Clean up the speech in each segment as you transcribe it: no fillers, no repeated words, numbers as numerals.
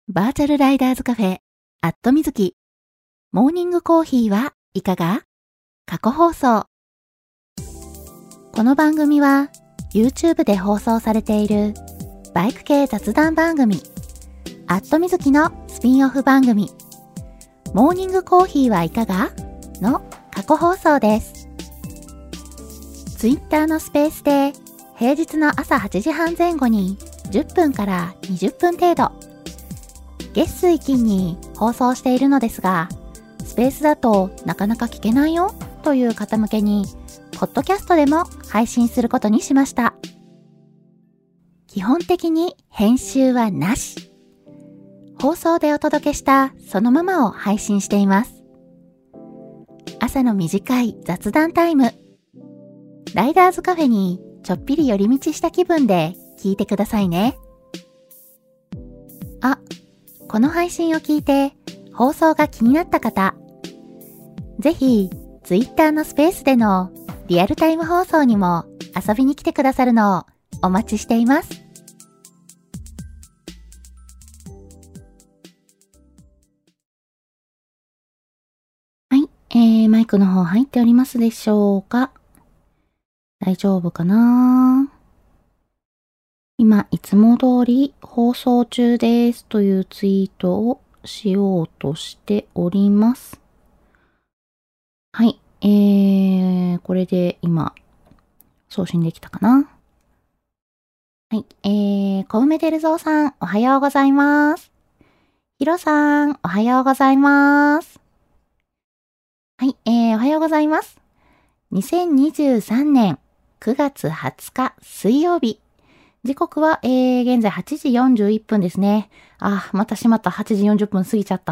バーチャルライダーズカフェ、アットみずき。モーニングコーヒーはいかが？過去放送。この番組は YouTube で放送されているバイク系雑談番組、アットみずきのスピンオフ番組、モーニングコーヒーはいかが？の過去放送です。Twitter のスペースで平日の朝8時半前後に10分から20分程度、月水金に放送しているのですが、スペースだとなかなか聞けないよという方向けに、ポッドキャストでも配信することにしました。基本的に編集はなし。放送でお届けしたそのままを配信しています。朝の短い雑談タイム。ライダーズカフェにちょっぴり寄り道した気分で聞いてくださいね。この配信を聞いて放送が気になった方、ぜひ Twitter のスペースでのリアルタイム放送にも遊びに来てくださるのをお待ちしています。はい、マイクの方入っておりますでしょうか？大丈夫かな？今、いつも通り放送中ですというツイートをしようとしております。はい。これで今、送信できたかな？はい。小梅デルゾーさん、おはようございます。ヒロさん、おはようございます。はい。おはようございます。2023年9月20日水曜日。時刻は、現在8時41分ですね。またしまった。8時40分過ぎちゃった。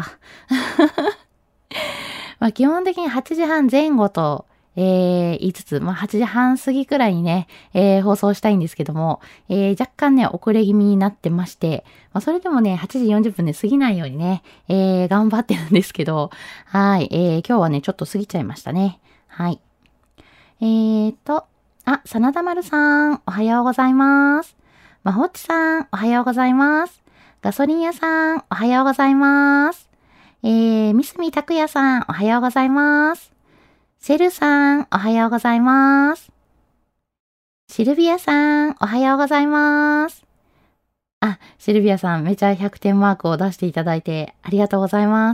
基本的に8時半前後と、言いつつ、8時半過ぎくらいにね、放送したいんですけども、若干ね、遅れ気味になってまして、それでもね、8時40分で過ぎないようにね、頑張ってるんですけど、はい、今日はね、ちょっと過ぎちゃいましたね。はい。真田丸さん、おはようございます。まほっちさん、おはようございます。ガソリン屋さん、おはようございます。三角拓也さん、おはようございます。セルさん、おはようございます。シルビアさん、おはようございます。シルビアさん、めちゃ100点マークを出していただいてありがとうございます。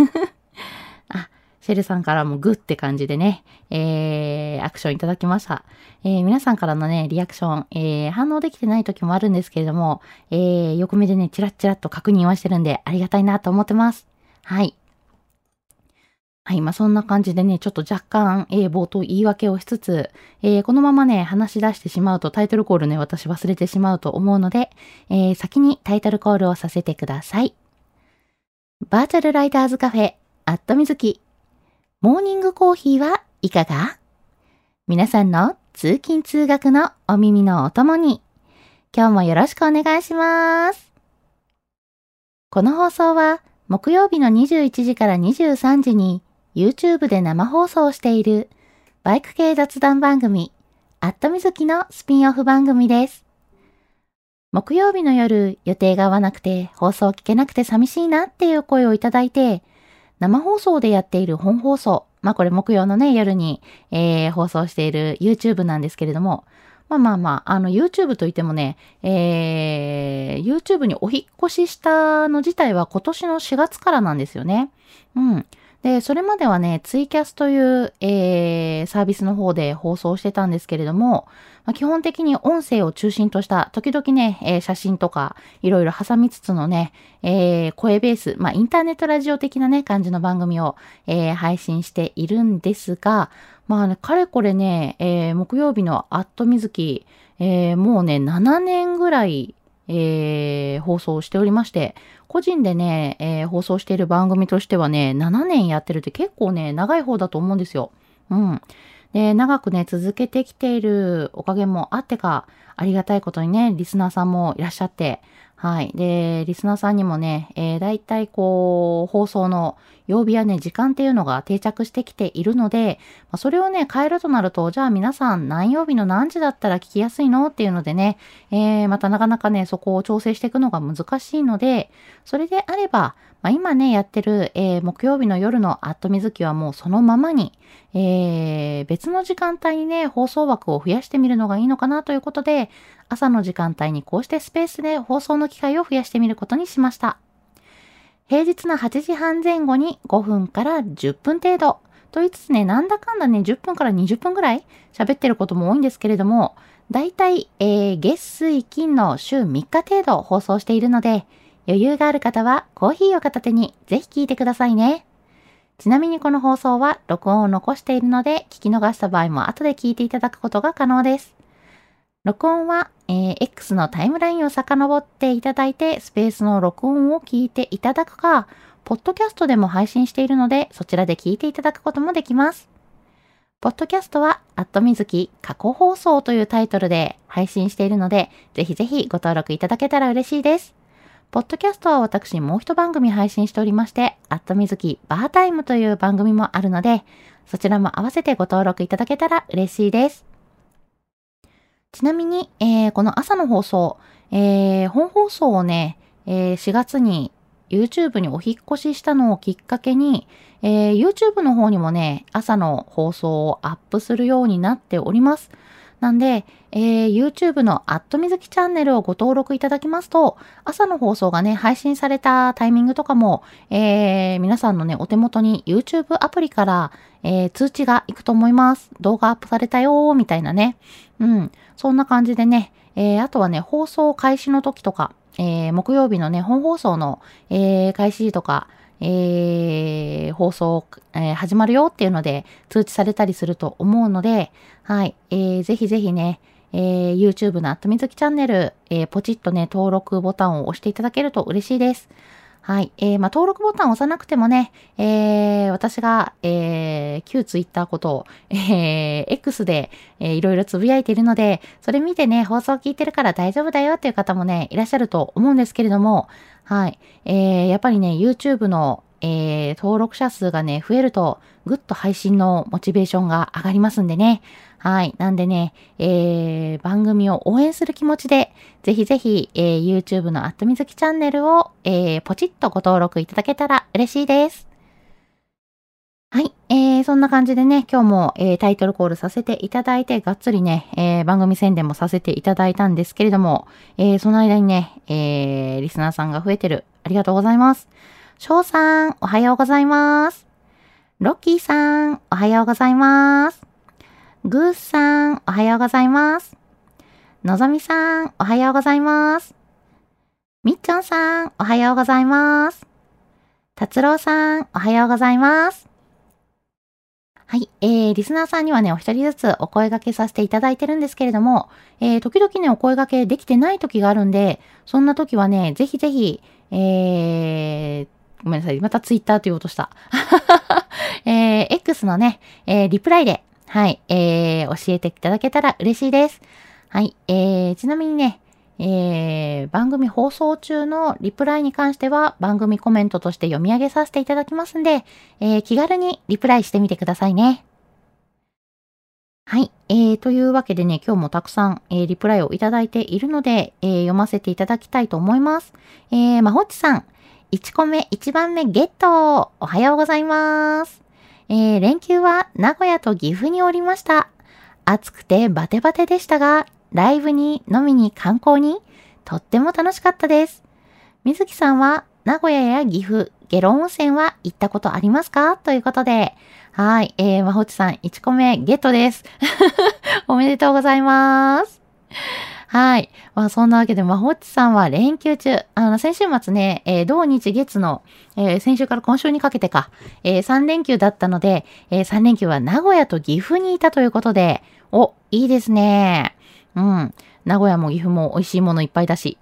シェルさんからもグッって感じでね、アクションいただきました。皆さんからのね、リアクション、反応できてない時もあるんですけれども、横目でね、チラッチラッと確認はしてるんで、ありがたいなと思ってます。はい。はい、そんな感じでね、ちょっと若干、冒頭言い訳をしつつ、このままね、話し出してしまうとタイトルコールね、私忘れてしまうと思うので、先にタイトルコールをさせてください。バーチャルライダーズカフェ、アットみずき。モーニングコーヒーはいかが？皆さんの通勤通学のお耳のお供に、今日もよろしくお願いします。この放送は木曜日の21時から23時に YouTube で生放送しているバイク系雑談番組、アットみずきのスピンオフ番組です。木曜日の夜予定が合わなくて放送聞けなくて寂しいなっていう声をいただいて、生放送でやっている本放送。これ木曜のね、夜に、放送している YouTube なんですけれども、YouTube といってもね、YouTube にお引っ越ししたの自体は今年の4月からなんですよね。で、それまではね、ツイキャスという、サービスの方で放送してたんですけれども、基本的に音声を中心とした、時々ね、写真とかいろいろ挟みつつのね、声ベース、インターネットラジオ的なね、感じの番組を、配信しているんですが、かれこれね、木曜日のアットみずき、もうね、7年ぐらい、放送しておりまして、個人でね、放送している番組としてはね、7年やってるって結構ね、長い方だと思うんですよ。で、長くね、続けてきているおかげもあってか、ありがたいことにね、リスナーさんもいらっしゃって、 はい。で、リスナーさんにもね、だいたいこう、放送の曜日やね、時間っていうのが定着してきているので、それをね、変えるとなると、じゃあ皆さん何曜日の何時だったら聞きやすいのっていうのでね、またなかなかね、そこを調整していくのが難しいので、それであれば、今ね、やってる、木曜日の夜のアットみずきはもうそのままに、別の時間帯にね、放送枠を増やしてみるのがいいのかなということで、朝の時間帯にこうしてスペースで放送の機会を増やしてみることにしました。平日の8時半前後に5分から10分程度と言いつつね、なんだかんだね、10分から20分ぐらい喋ってることも多いんですけれども、だいたい、月水金の週3日程度放送しているので、余裕がある方はコーヒーを片手にぜひ聞いてくださいね。ちなみにこの放送は録音を残しているので、聞き逃した場合も後で聞いていただくことが可能です。録音は、X のタイムラインを遡っていただいて、スペースの録音を聞いていただくか、ポッドキャストでも配信しているので、そちらで聞いていただくこともできます。ポッドキャストは、みずき過去放送というタイトルで配信しているので、ぜひぜひご登録いただけたら嬉しいです。ポッドキャストは私もう一番組配信しておりまして、みずきバータイムという番組もあるので、そちらも合わせてご登録いただけたら嬉しいです。ちなみに、この朝の放送、本放送をね、4月に YouTube にお引っ越ししたのをきっかけに、YouTube の方にもね、朝の放送をアップするようになっております。なんで、YouTube のみずきチャンネルをご登録いただきますと、朝の放送がね、配信されたタイミングとかも、皆さんのね、お手元に YouTube アプリから、通知が行くと思います。動画アップされたよー、みたいなね。うん。そんな感じでね、あとはね、放送開始の時とか、木曜日のね、本放送の、開始とか、放送、始まるよっていうので通知されたりすると思うので、はい、ぜひぜひね、YouTube のみずきチャンネル、ポチッとね、登録ボタンを押していただけると嬉しいです。はい。登録ボタンを押さなくてもね、私が、旧ツイッターことを、X で、いろいろつぶやいているので、それ見てね、放送聞いてるから大丈夫だよっていう方もね、いらっしゃると思うんですけれども、はい。やっぱりね、YouTube の、登録者数がね、増えると、ぐっと配信のモチベーションが上がりますんでね。はい。なんでね、番組を応援する気持ちで、ぜひぜひ、YouTube のみずきチャンネルを、ポチッとご登録いただけたら嬉しいです。はい。そんな感じでね、今日も、タイトルコールさせていただいて、がっつりね、番組宣伝もさせていただいたんですけれども、その間にね、リスナーさんが増えてる。ありがとうございます。翔さん、おはようございます。ロッキーさん、おはようございます。グースさん、おはようございます。のぞみさん、おはようございます。みっちょんさん、おはようございます。たつろうさん、おはようございます。はい、リスナーさんにはね、お一人ずつお声掛けさせていただいてるんですけれども、時々ね、お声掛けできてない時があるんで、そんな時はね、ぜひぜひ、ごめんなさい、またツイッターと言おうとした。X のね、リプライで、はい、教えていただけたら嬉しいです。はい、ちなみにね、番組放送中のリプライに関しては番組コメントとして読み上げさせていただきますんで、気軽にリプライしてみてくださいね。はい。というわけでね、今日もたくさん、リプライをいただいているので、読ませていただきたいと思います。まほっちさん、1個目、1番目ゲットおはようございます。連休は名古屋と岐阜におりました。暑くてバテバテでしたが、ライブに飲みに観光にとっても楽しかったです。水木さんは名古屋や岐阜、下呂温泉は行ったことありますかということで、はい、まほちさん1個目ゲットです。おめでとうございます。はい。そんなわけで、まほっちさんは連休中、先週末ね、土日月の、先週から今週にかけてか、3連休だったので、3連休は名古屋と岐阜にいたということで、いいですね。うん。名古屋も岐阜も美味しいものいっぱいだし。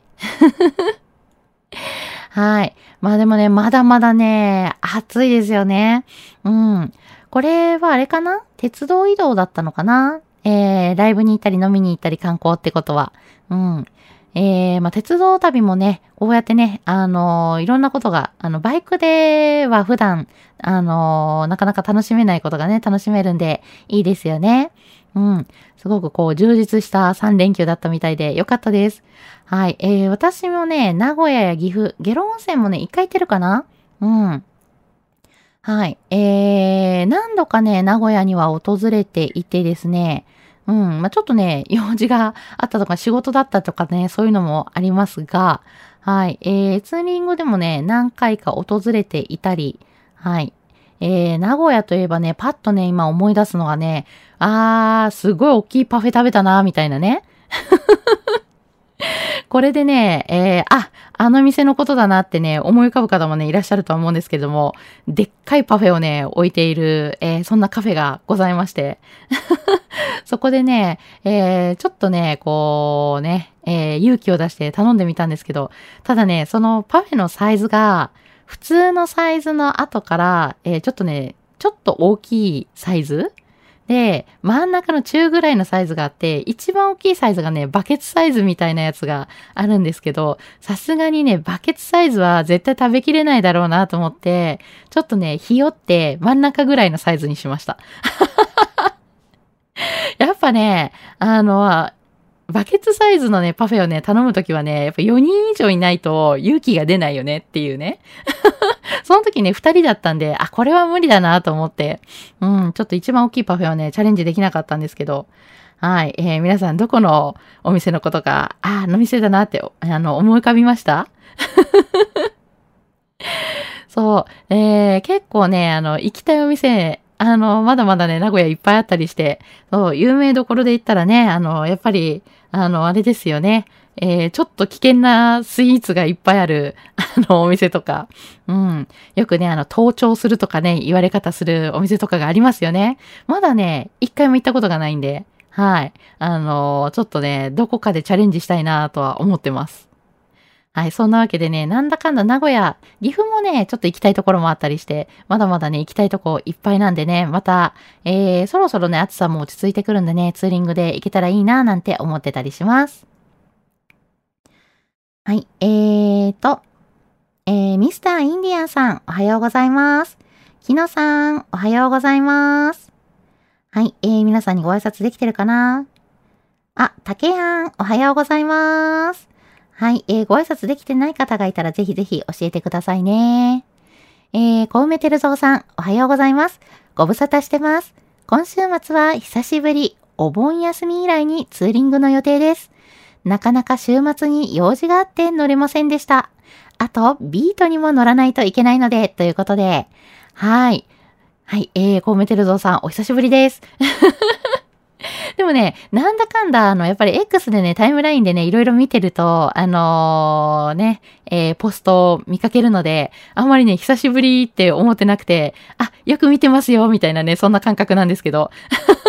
はい。でもね、まだまだね、暑いですよね。うん。これはあれかな？鉄道移動だったのかな？ライブに行ったり飲みに行ったり観光ってことは。うん。 鉄道旅もね、こうやってね、いろんなことが、バイクでは普段、なかなか楽しめないことがね、楽しめるんで、いいですよね。うん。すごくこう、充実した3連休だったみたいで、よかったです。はい。私もね、名古屋や岐阜、下呂温泉もね、1回行ってるかな。うん。はい。何度かね、名古屋には訪れていてですね、うん、ちょっとね、用事があったとか仕事だったとかね、そういうのもありますが、はい。ツーリングでもね、何回か訪れていたり、はい。名古屋といえばね、パッとね、今思い出すのがね、すごい大きいパフェ食べたな、みたいなね。これでね、あの店のことだなってね、思い浮かぶ方もね、いらっしゃるとは思うんですけども、でっかいパフェをね、置いている、そんなカフェがございまして。そこでね、ちょっとね、こうね、勇気を出して頼んでみたんですけど、ただね、そのパフェのサイズが、普通のサイズの後から、ちょっとね、ちょっと大きいサイズで、真ん中の中ぐらいのサイズがあって、一番大きいサイズがね、バケツサイズみたいなやつがあるんですけど、さすがにね、バケツサイズは絶対食べきれないだろうなと思って、ちょっとね、ひよって真ん中ぐらいのサイズにしました。やっぱね、バケツサイズのね、パフェをね、頼むときはね、やっぱ4人以上いないと勇気が出ないよねっていうね。その時ね、2人だったんで、これは無理だなと思って、ちょっと一番大きいパフェはね、チャレンジできなかったんですけど、はい、皆さんどこのお店のことか、あの店だなって、思い浮かびました？そう、結構ね、行きたいお店、まだまだね、名古屋いっぱいあったりして、そう、有名どころで言ったらね、やっぱり、あれですよね。ちょっと危険なスイーツがいっぱいある、お店とか、うん。よくね、盗聴するとかね、言われ方するお店とかがありますよね。まだね、一回も行ったことがないんで、はい。ちょっとね、どこかでチャレンジしたいなとは思ってます。はい、そんなわけでね、なんだかんだ名古屋、岐阜もね、ちょっと行きたいところもあったりして、まだまだね、行きたいとこいっぱいなんでね、また、そろそろね、暑さも落ち着いてくるんでね、ツーリングで行けたらいいな、なんて思ってたりします。はい、ミスターインディアンさん、おはようございます。きのさん、おはようございます。はい、皆さんにご挨拶できてるかな？たけやん、おはようございます。はい、ご挨拶できてない方がいたらぜひぜひ教えてくださいね。小梅てるぞうさん、おはようございます。ご無沙汰してます。今週末は久しぶり、お盆休み以来にツーリングの予定です。なかなか週末に用事があって乗れませんでした。あと、ビートにも乗らないといけないので、ということで。はい。はい、小梅てるぞうさん、お久しぶりです。でもね、なんだかんだ、やっぱり X でね、タイムラインでね、いろいろ見てると、ポストを見かけるので、あんまりね、久しぶりって思ってなくて、よく見てますよ、みたいなね、そんな感覚なんですけど。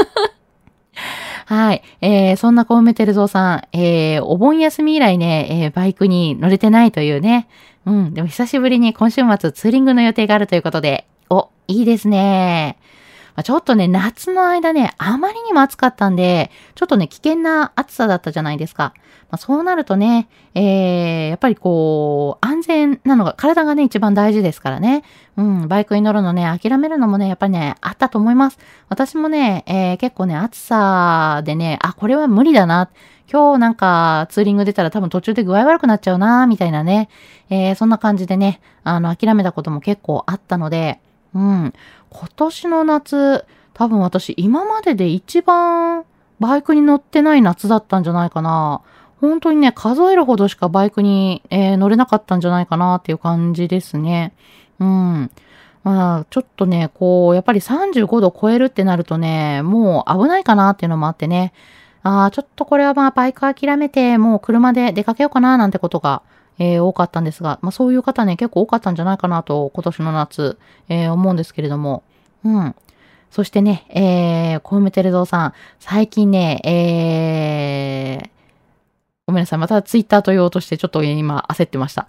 はい。そんなコウメテルゾウさん、お盆休み以来ね、バイクに乗れてないというね。でも久しぶりに今週末ツーリングの予定があるということで、いいですね。ちょっとね、夏の間ね、あまりにも暑かったんで、ちょっとね、危険な暑さだったじゃないですか。そうなるとね、やっぱりこう、安全なのが、体がね、一番大事ですからね。バイクに乗るのね、諦めるのもね、やっぱりね、あったと思います。私もね、結構ね、暑さでね、これは無理だな。今日なんかツーリング出たら多分途中で具合悪くなっちゃうな、みたいなね。そんな感じでね、諦めたことも結構あったので、今年の夏、多分私今までで一番バイクに乗ってない夏だったんじゃないかな。本当にね、数えるほどしかバイクに、乗れなかったんじゃないかなっていう感じですね。ちょっとね、こう、やっぱり35度超えるってなるとね、もう危ないかなっていうのもあってね。ちょっとこれはバイク諦めて、もう車で出かけようかななんてことが、多かったんですが、そういう方ね、結構多かったんじゃないかなと、今年の夏、思うんですけれども。そしてね、コウメテレゾウさん、最近ね、ごめんなさい。またツイッターと言おうとしてちょっと今焦ってました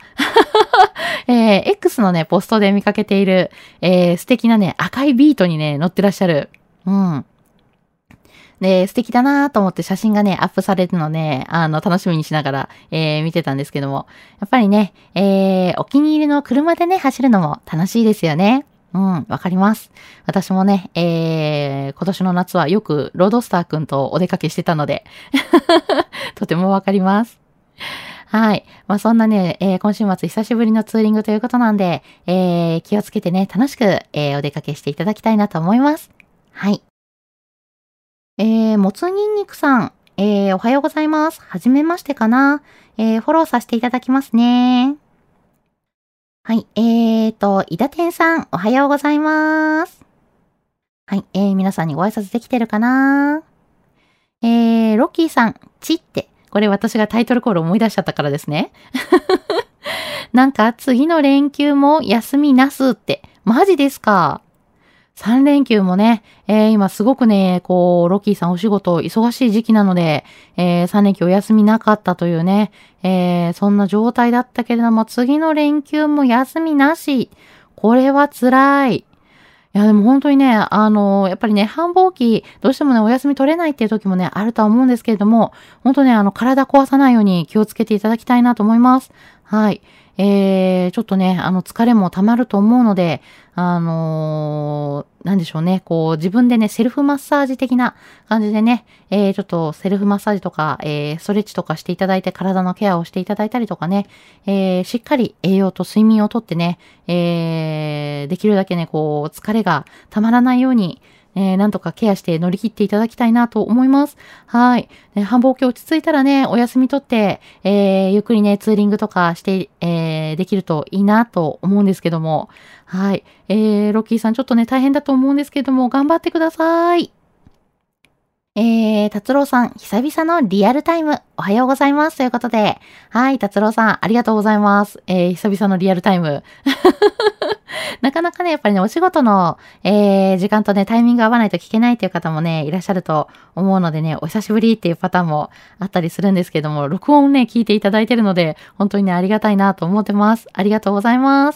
。X のね、ポストで見かけている、素敵なね、赤いビートにね、乗ってらっしゃる。 で、素敵だなと思って写真がね、アップされるのね、楽しみにしながら、見てたんですけども、やっぱりね、お気に入りの車でね、走るのも楽しいですよね。うん、わかります。私もね、今年の夏はよくロードスターくんとお出かけしてたので、とてもわかります。はい。まあ、そんなね、今週末久しぶりのツーリングということなんで、気をつけてね、楽しく、お出かけしていただきたいなと思います。はい。もつにんにくさん、おはようございます。はじめましてかな。フォローさせていただきますね。はい。伊田天さん、おはようございます。はい。皆さんにご挨拶できてるかな。ロッキーさん、ちって、これ私がタイトルコール思い出しちゃったからですね。なんか次の連休も休みなすって、マジですか。3連休もね、今すごくね、こう、ロッキーさんお仕事忙しい時期なので、3連休お休みなかったというね、そんな状態だったけれども、次の連休も休みなし。これは辛い。いや、でも本当にね、やっぱりね、繁忙期、どうしてもね、お休み取れないっていう時もね、あるとは思うんですけれども、本当ね、体壊さないように気をつけていただきたいなと思います。はい。ちょっとね、疲れも溜まると思うので、なんでしょうね、こう、自分でね、セルフマッサージ的な感じでね、ちょっとセルフマッサージとか、ストレッチとかしていただいて、体のケアをしていただいたりとかね、しっかり栄養と睡眠をとってね、できるだけね、こう、疲れが溜まらないように、なんとかケアして乗り切っていただきたいなと思います。はい。繁忙期落ち着いたらね、お休み取って、ゆっくりね、ツーリングとかして、できるといいなと思うんですけども。はい。ロッキーさんちょっとね、大変だと思うんですけども、頑張ってください。達郎さん、久々のリアルタイム、おはようございます。ということで、はい、達郎さん、ありがとうございます。久々のリアルタイム。なかなかね、やっぱりね、お仕事の、時間とね、タイミング合わないと聞けないっていう方もね、いらっしゃると思うのでね、お久しぶりっていうパターンもあったりするんですけども、録音ね、聞いていただいてるので、本当にね、ありがたいなと思ってます。ありがとうございます。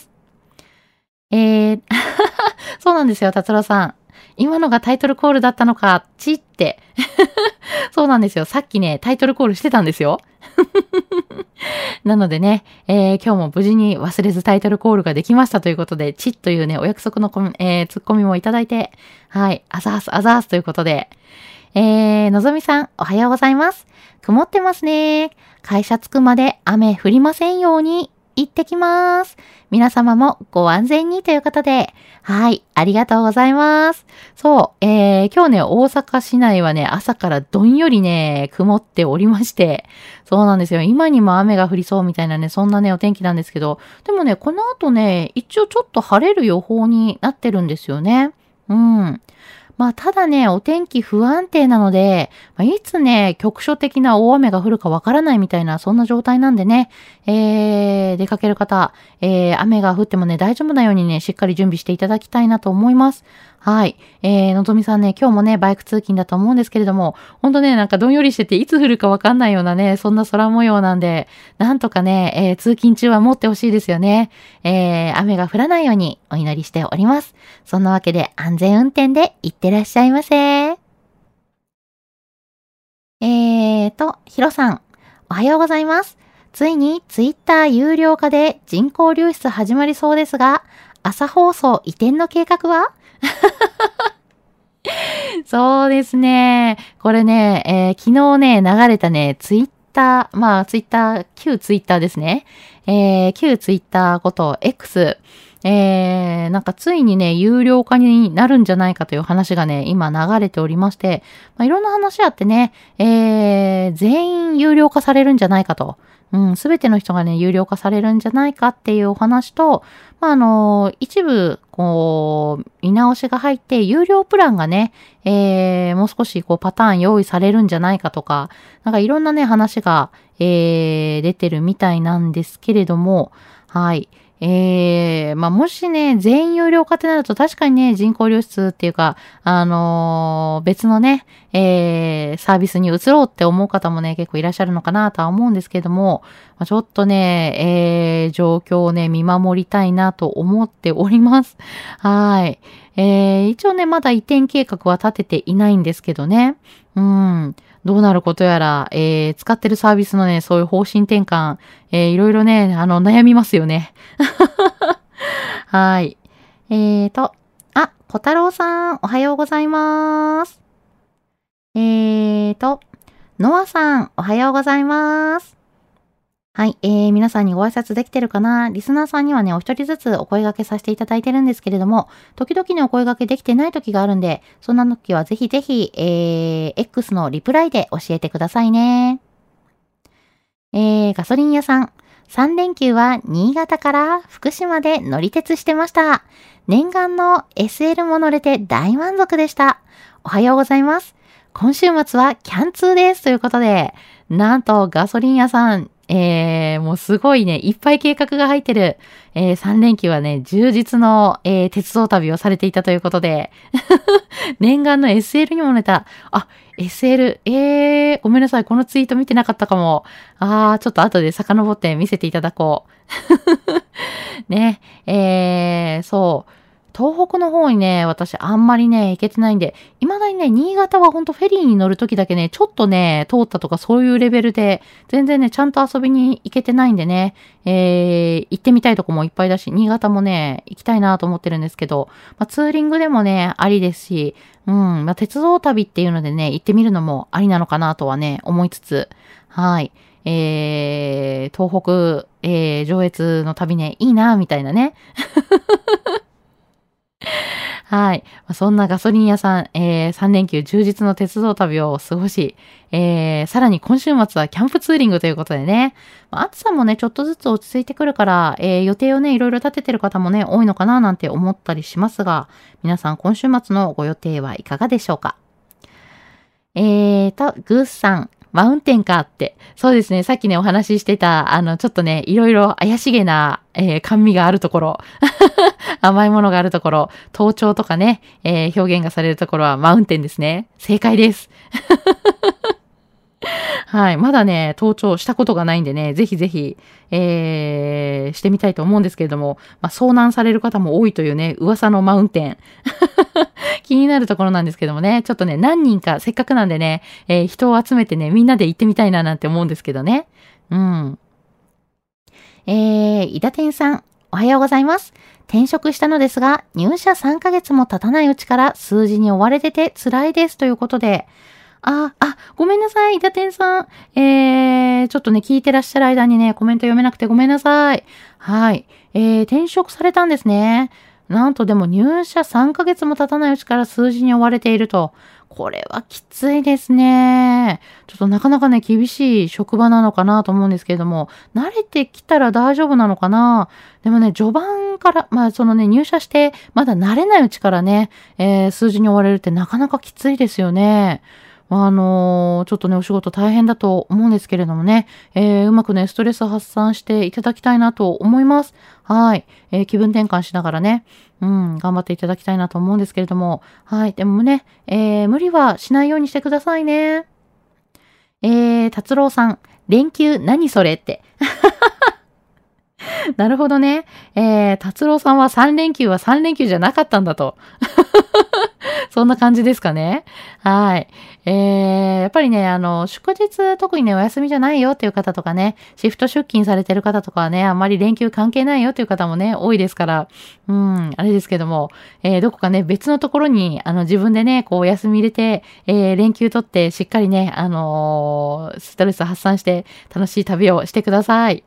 そうなんですよ、達郎さん。今のがタイトルコールだったのか、ちって。そうなんですよ。さっきね、タイトルコールしてたんですよ。なのでね、今日も無事に忘れずタイトルコールができましたということで、チッというね、お約束のツッコミもいただいて、はい、あざーす、あざーすということで、のぞみさん、おはようございます。曇ってますね。会社着くまで雨降りませんように。行ってきます。皆様もご安全にということで、はい、ありがとうございます。そう、今日ね、大阪市内はね、朝からどんよりね、曇っておりまして、そうなんですよ。今にも雨が降りそうみたいなね、そんなね、お天気なんですけど、でもね、この後ね、一応ちょっと晴れる予報になってるんですよね。うん。まあ、ただね、お天気不安定なので、いつね、局所的な大雨が降るかわからないみたいな、そんな状態なんでね、出かける方、雨が降ってもね、大丈夫なようにね、しっかり準備していただきたいなと思います。はい。のぞみさんね、今日もね、バイク通勤だと思うんですけれども、ほんとね、なんかどんよりしてて、いつ降るかわかんないようなね、そんな空模様なんで、なんとかね、通勤中は持ってほしいですよね。雨が降らないようにお祈りしております。そんなわけで、安全運転で行ってらっしゃいませ。ヒロさん、おはようございます。ついにツイッター有料化で人口流出始まりそうですが、朝放送移転の計画はそうですね。これね、昨日ね、流れたね、ツイッター、まあ、ツイッター、旧ツイッターですね。旧ツイッターこと X。なんかついにね、有料化になるんじゃないかという話がね、今流れておりまして、まあ、いろんな話あってね、全員有料化されるんじゃないかと。すべての人がね、有料化されるんじゃないかっていうお話と、まあ、一部、こう、見直しが入って、有料プランがね、もう少し、こう、パターン用意されるんじゃないかとか、なんかいろんなね、話が、出てるみたいなんですけれども、はい。まあ、もしね、全員有料化ってなると確かにね、人口流出っていうか、別のね、サービスに移ろうって思う方もね、結構いらっしゃるのかなとは思うんですけれども、まあ、ちょっとね、状況をね、見守りたいなと思っております。はい。一応ね、まだ移転計画は立てていないんですけどね。 どうなることやら、使ってるサービスのね、そういう方針転換、いろいろね、悩みますよね。はい。小太郎さん、おはようございます。ノアさん、おはようございます。はい、皆さんにご挨拶できてるかな？リスナーさんにはね、お一人ずつお声掛けさせていただいてるんですけれども、時々ね、お声掛けできてない時があるんで、そんな時はぜひぜひ、X のリプライで教えてくださいね。ガソリン屋さん。3連休は新潟から福島で乗り鉄してました。念願の SL も乗れて大満足でした。おはようございます。今週末はキャンツーです。ということで、なんとガソリン屋さん、もうすごいね、いっぱい計画が入ってる、3連休はね、充実の、鉄道旅をされていたということで、念願の SL にも乗れた。あ、SL、ごめんなさい、このツイート見てなかったかも。ちょっと後で遡って見せていただこう。ね、そう。東北の方にね、私あんまりね、行けてないんで、未だにね、新潟はほんとフェリーに乗るときだけね、ちょっとね、通ったとかそういうレベルで、全然ね、ちゃんと遊びに行けてないんでね、行ってみたいとこもいっぱいだし、新潟もね、行きたいなと思ってるんですけど、ツーリングでもね、ありですし、鉄道旅っていうのでね、行ってみるのもありなのかなとはね、思いつつ、はい。東北、上越の旅ね、いいな、みたいなね。はい。そんなガソリン屋さん、3連休充実の鉄道旅を過ごし、さらに今週末はキャンプツーリングということでね、暑さもね、ちょっとずつ落ち着いてくるから、予定をね、いろいろ立ててる方もね、多いのかななんて思ったりしますが、皆さん今週末のご予定はいかがでしょうか？グースさん、マウンテンかって。そうですね。さっきね、お話ししてた、ちょっとね、いろいろ怪しげな、甘味があるところ、甘いものがあるところ、盗聴とかね、表現がされるところはマウンテンですね。正解です。はい。まだね、登頂したことがないんでね、ぜひぜひ、してみたいと思うんですけれども、遭難される方も多いというね、噂のマウンテン。気になるところなんですけどもね、ちょっとね、何人か、せっかくなんでね、人を集めてね、みんなで行ってみたいななんて思うんですけどね。伊田天さん、おはようございます。転職したのですが、入社3ヶ月も経たないうちから数字に追われてて辛いですということで、ごめんなさい、伊田天さん。ちょっとね、聞いてらっしゃる間にね、コメント読めなくてごめんなさい。はい。転職されたんですね。なんとでも入社3ヶ月も経たないうちから数字に追われていると。これはきついですね。ちょっとなかなかね、厳しい職場なのかなと思うんですけれども、慣れてきたら大丈夫なのかな。でもね、序盤から、そのね、入社して、まだ慣れないうちからね、数字に追われるってなかなかきついですよね。ちょっとね、お仕事大変だと思うんですけれどもね、うまくね、ストレス発散していただきたいなと思います。はい。気分転換しながらね、頑張っていただきたいなと思うんですけれども、はい。でもね、無理はしないようにしてくださいね。達郎さん、連休何それって。なるほどね。達郎さんは3連休は3連休じゃなかったんだと。そんな感じですかね。はい。やっぱりね、祝日特にね、お休みじゃないよっていう方とかね、シフト出勤されてる方とかはね、あんまり連休関係ないよっていう方もね、多いですから、あれですけども、どこかね、別のところに、自分でね、こう、お休み入れて、連休取って、しっかりね、ストレス発散して、楽しい旅をしてください。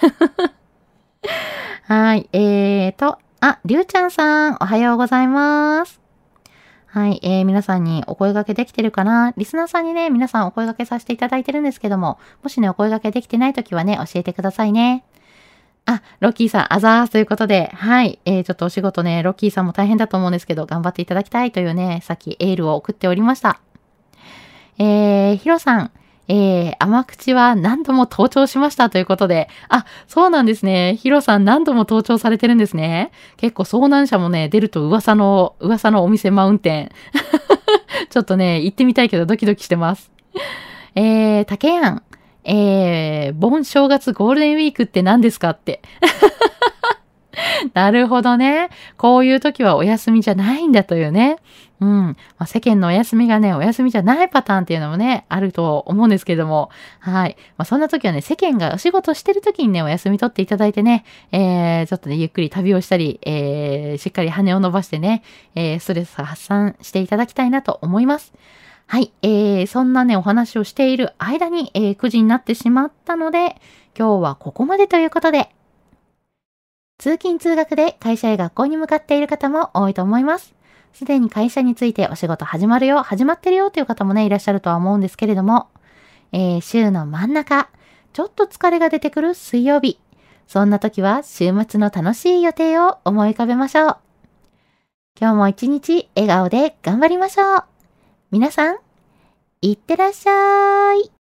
はい。りゅうちゃんさん、おはようございます。はい。皆さんにお声掛けできてるかな？リスナーさんにね、皆さんお声掛けさせていただいてるんですけども、もしね、お声掛けできてないときはね、教えてくださいね。ロッキーさん、あざーすということで、はい。ちょっとお仕事ね、ロッキーさんも大変だと思うんですけど、頑張っていただきたいというね、さっきエールを送っておりました。ヒロさん、甘口は何度も登頂しましたということで、そうなんですね。ヒロさん何度も登頂されてるんですね。結構遭難者もね、出ると噂のお店マウンテン。ちょっとね、行ってみたいけどドキドキしてます。竹やん、盆正月ゴールデンウィークって何ですかって。 なるほどね。こういう時はお休みじゃないんだというね。世間のお休みがね、お休みじゃないパターンっていうのもね、あると思うんですけども。はい。そんな時はね、世間がお仕事してる時にね、お休み取っていただいてね、ちょっとね、ゆっくり旅をしたり、しっかり羽を伸ばしてね、ストレス発散していただきたいなと思います。はい。そんなね、お話をしている間に、9時になってしまったので、今日はここまでということで、通勤通学で会社や学校に向かっている方も多いと思います。すでに会社についてお仕事始まるよ、始まってるよという方もね、いらっしゃるとは思うんですけれども、週の真ん中、ちょっと疲れが出てくる水曜日。そんな時は週末の楽しい予定を思い浮かべましょう。今日も一日笑顔で頑張りましょう。皆さん、いってらっしゃい。